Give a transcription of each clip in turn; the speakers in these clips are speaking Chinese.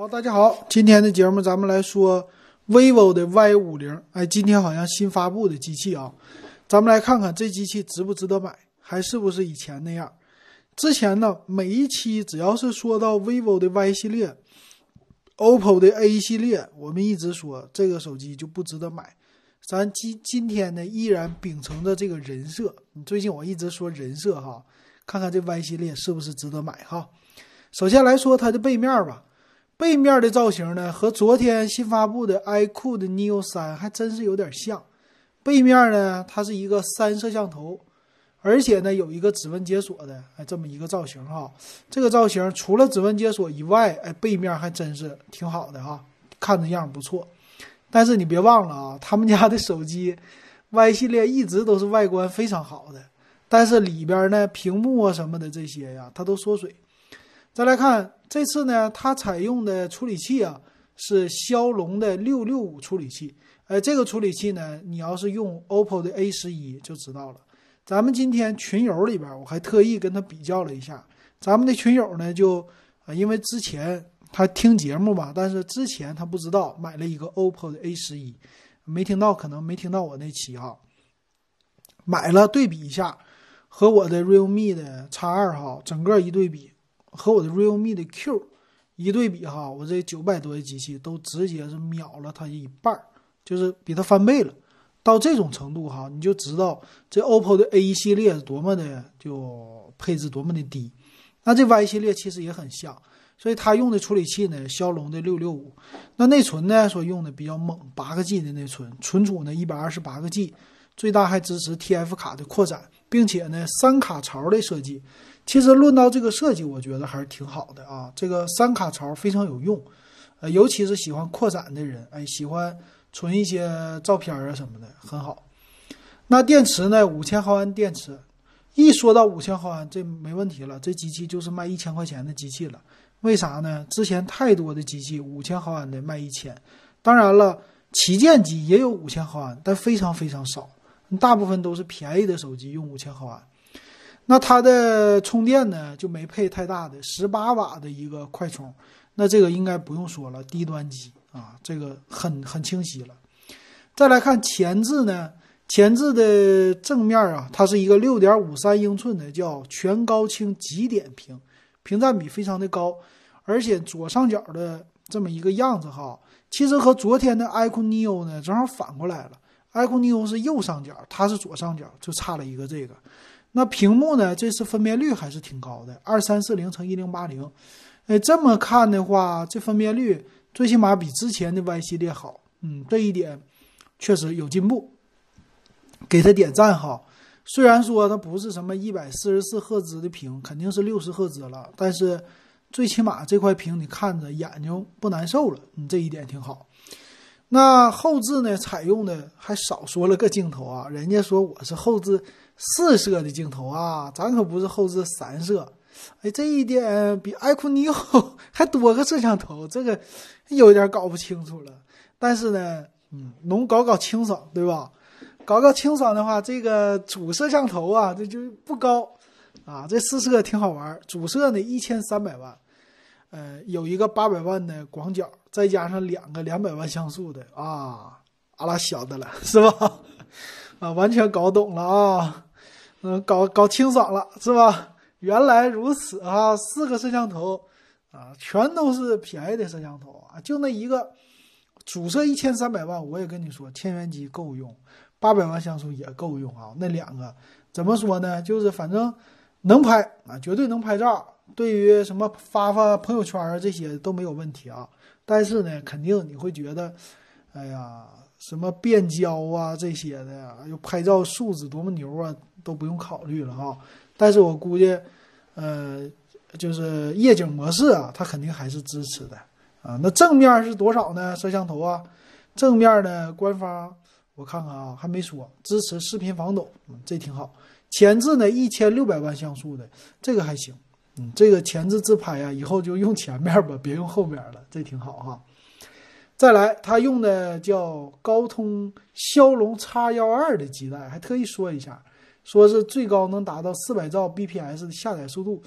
好，大家好，今天的节目咱们来说 vivo 的 Y50，今天好像新发布的机器啊，咱们来看看这机器值不值得买，还是不是以前那样。之前呢，每一期只要是说到 vivo 的 Y 系列、OPPO 的 A 系列，我们一直说这个手机就不值得买。咱今天呢，依然秉承着这个人设，最近我一直说人设哈，看看这 Y 系列是不是值得买哈。首先来说它的背面吧。背面的造型呢，和昨天新发布的 iQOO 的 Neo 3还真是有点像。背面呢，它是一个3摄像头，而且呢有一个指纹解锁的这么一个造型哈。这个造型除了指纹解锁以外，背面还真是挺好的哈，看着样不错。但是你别忘了啊，他们家的手机 Y 系列一直都是外观非常好的，但是里边呢屏幕啊什么的这些呀，它都缩水。再来看这次呢，它采用的处理器啊是骁龙的665处理器。这个处理器呢，你要是用 OPPO 的 A11 就知道了。咱们今天群友里边，我还特意跟他比较了一下。咱们的群友呢，因为之前他听节目吧，但是之前他不知道买了一个 OPPO 的 A11，可能没听到我那期哈。买了对比一下，和我的 realme 的 X2 哈，整个一对比。和我的 realme 的 Q 一对比哈，我这900多的机器都直接是秒了它一半，就是比它翻倍了。到这种程度哈，你就知道这 OPPO 的 A 系列多么的就配置多么的低。那这 Y 系列其实也很像，所以它用的处理器呢，骁龙的665。那内存呢，说用的比较猛，8个G 的内存，存储呢128个G，最大还支持 TF 卡的扩展，并且呢3卡槽的设计。其实论到这个设计，我觉得还是挺好的啊。这个3卡槽非常有用，尤其是喜欢扩展的人，喜欢存一些照片啊什么的，很好。那电池呢，5000毫安电池。一说到5000毫安，这没问题了，这机器就是卖1000块钱的机器了。为啥呢？之前太多的机器5000毫安的卖1000，当然了，旗舰机也有5000毫安，但非常非常少，大部分都是便宜的手机用5000毫安。那它的充电呢就没配太大的18瓦的一个快充，那这个应该不用说了，低端机啊，这个很清晰了。再来看前置呢，前置的正面啊，它是一个6.53英寸的叫全高清极点屏，屏占比非常的高，而且左上角的这么一个样子哈，其实和昨天的 iQOO Neo 呢正好反过来了。iQOO Neo 是右上角，它是左上角，就差了一个这个。那屏幕呢？这次分辨率还是挺高的，2340×1080。这么看的话，这分辨率最起码比之前的 Y 系列好。这一点确实有进步，给他点赞哈。虽然说它不是什么144赫兹的屏，肯定是60赫兹了，但是最起码这块屏你看着眼睛不难受了，这一点挺好。那后置呢，采用的还少说了个镜头啊，人家说我是后置4摄的镜头啊，咱可不是后置3摄。这一点比 iQOO Neo 还多个摄像头，这个有点搞不清楚了。但是呢，能搞清爽，对吧？搞清爽的话，这个主摄像头啊，这就不高啊。这4摄挺好玩，主摄呢1300万，有一个800万的广角，再加上2个200万像素的啊，阿拉晓得了，是吧？完全搞懂了啊，搞清爽了，是吧？原来如此啊，4个摄像头啊，全都是便宜的摄像头啊，就那一个主摄1300万，我也跟你说，千元机够用，800万像素也够用啊。那2个怎么说呢？就是反正能拍啊，绝对能拍照。对于什么发朋友圈啊这些都没有问题啊。但是呢，肯定你会觉得，哎呀，什么变焦啊这些的呀，又拍照素质多么牛啊，都不用考虑了哈。但是我估计，就是夜景模式啊，它肯定还是支持的啊。那正面是多少呢？摄像头啊，正面呢，官方我看看啊，还没说支持视频防抖，这挺好。前置呢1600万像素的，这个还行。这个前置自拍啊，以后就用前面吧，别用后面了，这挺好哈。再来，它用的叫高通骁龙 X12 的基带，还特意说一下，说是最高能达到400兆 bps 的下载速度，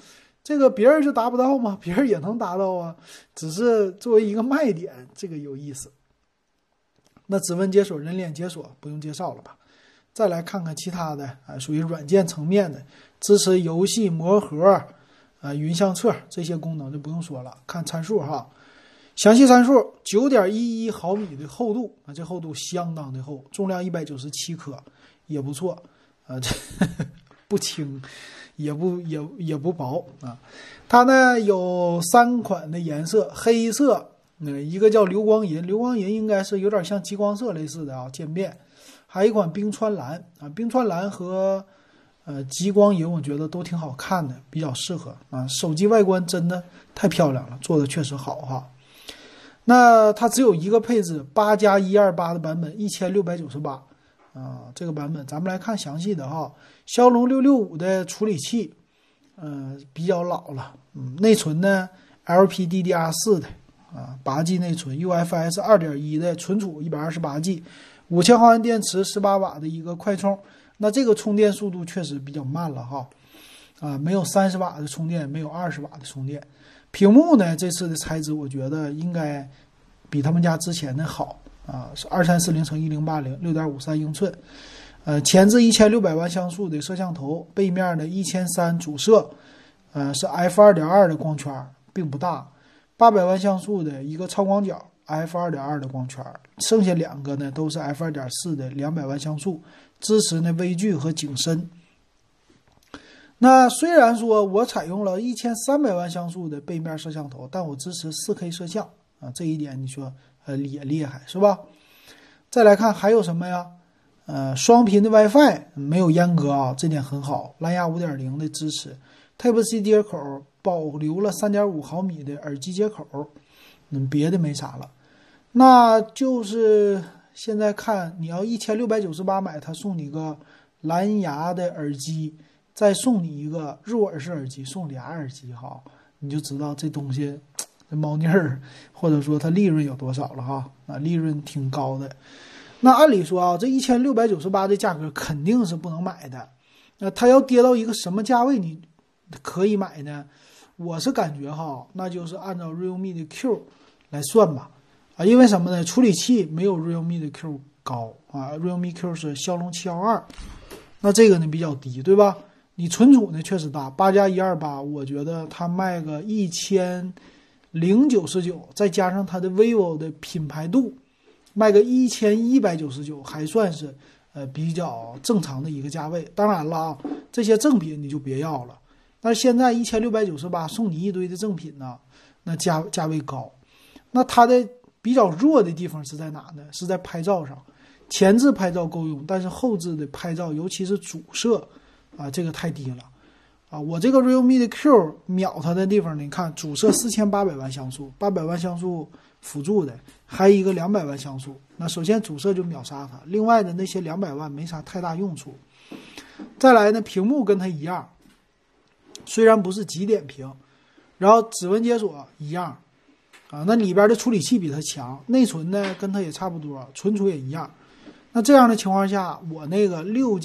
这个别人就达不到吗？别人也能达到啊，只是作为一个卖点，这个有意思。那指纹解锁、人脸解锁不用介绍了吧？再来看看其他的属于软件层面的，支持游戏魔盒云相册这些功能就不用说了。看参数哈，详细参数 9.11 毫米的厚度这厚度相当的厚，重量197克，也不错这不轻，也不薄它呢有3款的颜色，黑色一个叫流光银，流光银应该是有点像极光色类似的渐变，还有一款冰川蓝冰川蓝和极光银我觉得都挺好看的，比较适合手机外观真的太漂亮了，做的确实好哈。那它只有一个配置8+128的版本1698这个版本咱们来看详细的哈。骁龙665的处理器比较老了内存呢 LPDDR4 的8G 内存 UFS 2.1 的存储 128G 5000毫安电池18瓦的一个快充，那这个充电速度确实比较慢了哈没有30瓦的充电，没有20瓦的充电。屏幕呢这次的材质我觉得应该比他们家之前的好是2340×1080 6.53英寸前置1600万像素的摄像头，背面的1300主摄是 f2.2 的光圈并不大，800万像素的一个超广角 f2.2 的光圈，剩下2个呢都是 f2.4 的200万像素，支持呢微距和景深。那虽然说我采用了1300万像素的背面摄像头，但我支持 4K 摄像这一点你说也厉害是吧？再来看还有什么呀？双频的 WiFi 没有阉割这点很好，蓝牙 5.0 的支持， Type-C 接口保留了 3.5 毫米的耳机接口别的没啥了。那就是现在看你要1698买，它送你个蓝牙的耳机，再送你一个入耳式耳机，送俩耳机你就知道这东西猫腻儿或者说它利润有多少了利润挺高的。那按理说这1698的价格肯定是不能买的，那它要跌到一个什么价位你可以买呢？我是感觉那就是按照 Realme 的 Q 来算吧因为什么呢？处理器没有 Realme 的 Q 高Realme Q 是骁龙712，那这个呢比较低对吧？你存储呢确实大，8+128我觉得它卖个1099，再加上它的 vivo 的品牌度卖个1199还算是比较正常的一个价位。当然了这些正品你就别要了，但是现在1698送你一堆的正品呢，那价位高。那它的比较弱的地方是在哪呢？是在拍照上，前置拍照够用，但是后置的拍照尤其是主摄这个太低了我这个 Realme 的 Q 秒它的地方，你看主摄4800万像素，800万像素辅助的，还有一个200万像素。那首先主摄就秒杀它，另外的那些200万没啥太大用处。再来呢，屏幕跟它一样，虽然不是极点屏，然后指纹解锁一样那里边的处理器比它强，内存呢跟它也差不多，存储也一样。那这样的情况下，我那个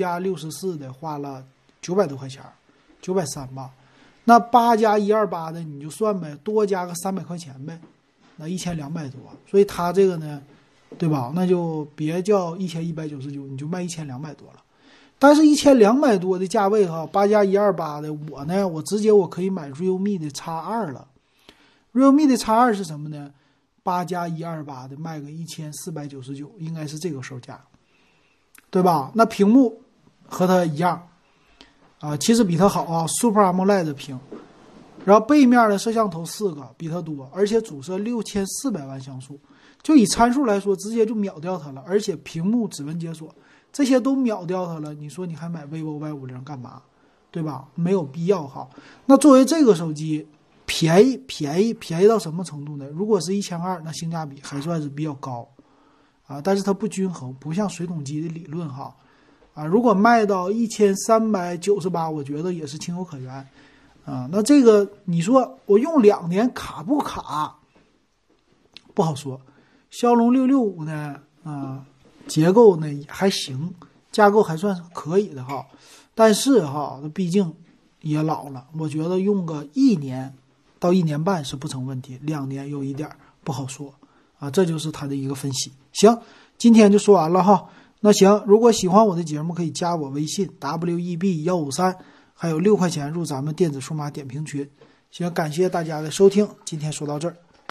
6+64的花了900多块钱，930吧。那8+128的你就算呗，多加个300块钱呗，那1200多。所以它这个呢，对吧？那就别叫1199，你就卖1200多了。但是1200多的价位8+128的我直接我可以买 Realme 的 X2 了。Realme 的 X2 是什么呢？8+128的卖个1499，应该是这个售价，对吧？那屏幕和它一样其实比它好Super AMOLED 屏，然后背面的摄像头4个比它多，而且主摄6400万像素，就以参数来说直接就秒掉它了，而且屏幕指纹解锁这些都秒掉它了，你说你还买 vivo Y50 干嘛？对吧？没有必要那作为这个手机便宜到什么程度呢？如果是1200，那性价比还算是比较高但是它不均衡，不像水桶机的理论如果卖到1398，我觉得也是情有可原那这个你说我用2年卡不卡？不好说。骁龙665呢结构呢还行，架构还算可以的但是毕竟也老了，我觉得用个1年到1年半是不成问题，2年有一点不好说啊。这就是他的一个分析。行，今天就说完了哈。那行，如果喜欢我的节目，可以加我微信 WEB153，还有6块钱入咱们电子数码点评群。行，感谢大家的收听，今天说到这儿。